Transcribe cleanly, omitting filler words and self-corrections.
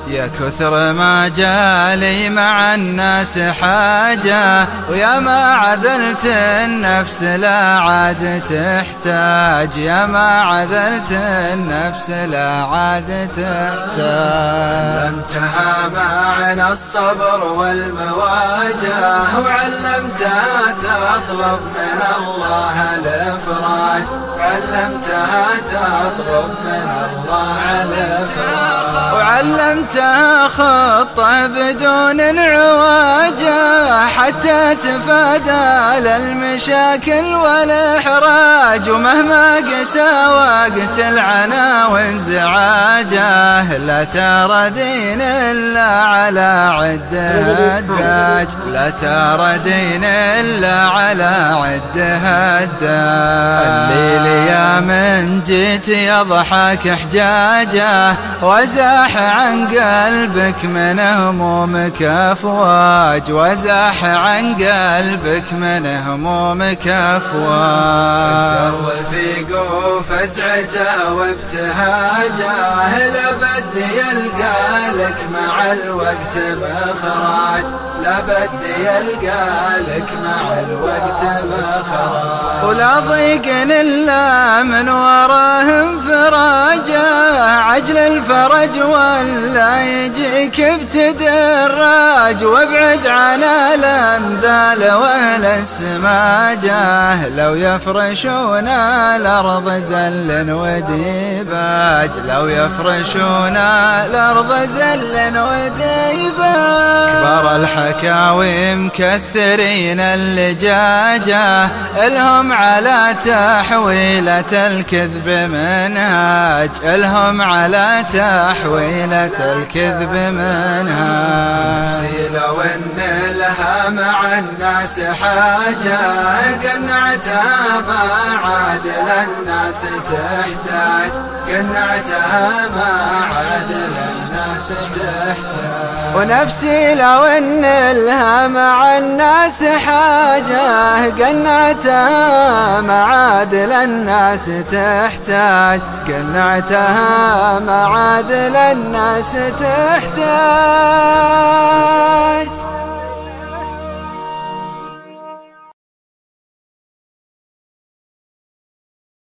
يا كثر ما جالي مع الناس حاجة، ويا ما عذلت النفس لا عاد تحتاج، يا ما عذلت النفس لا عاد تحتاج. علمتها معنى الصبر والمواجهة، وعلمتها تطلب من الله الإفراج، علمتها تطلب من الله الإفراج، وعلمتها خطة بدون انعواجة حتى تفادى للمشاكل والإحراج، ومهما قسى وقت العنا وانزعاجه لا تردين إلا على عده الداج، لا تردين إلا على عده الداج. الليل يا من جيت يضحك حجاجه، وزاح عن قلبك من همومك أفواج، وزاح عن قلبك من همومك أفواج. الزر في فزعته وابتهاجه، لابد يلقى لك مع الوقت مخراج، لابد يلقى لك مع الوقت مخراج. ولا ضيق إلا من وراه انفراجه، عجل الفرج ولا يجيك بتدراج، وابعد عن الأنذال والسماجه، لو يفرشون الأرض زل وديباج، لو يفرشون الأرض زل وديباج. كبر الحكاوي مكثرين اللجاجة، الهم على تحويلة الكذب منهاج، الهم على تحويلة الكذب منهاج. نفسي لو ان لها مع الناس حاجة، قنعتها ما عاد للناس تحتاج، قنعتها ما عاد للناس تحتاج. ونفسي لو ان لها مع الناس حاجة، قنعتها ما عاد للناس تحتاج، قنعتها ما عاد للناس تحتاج.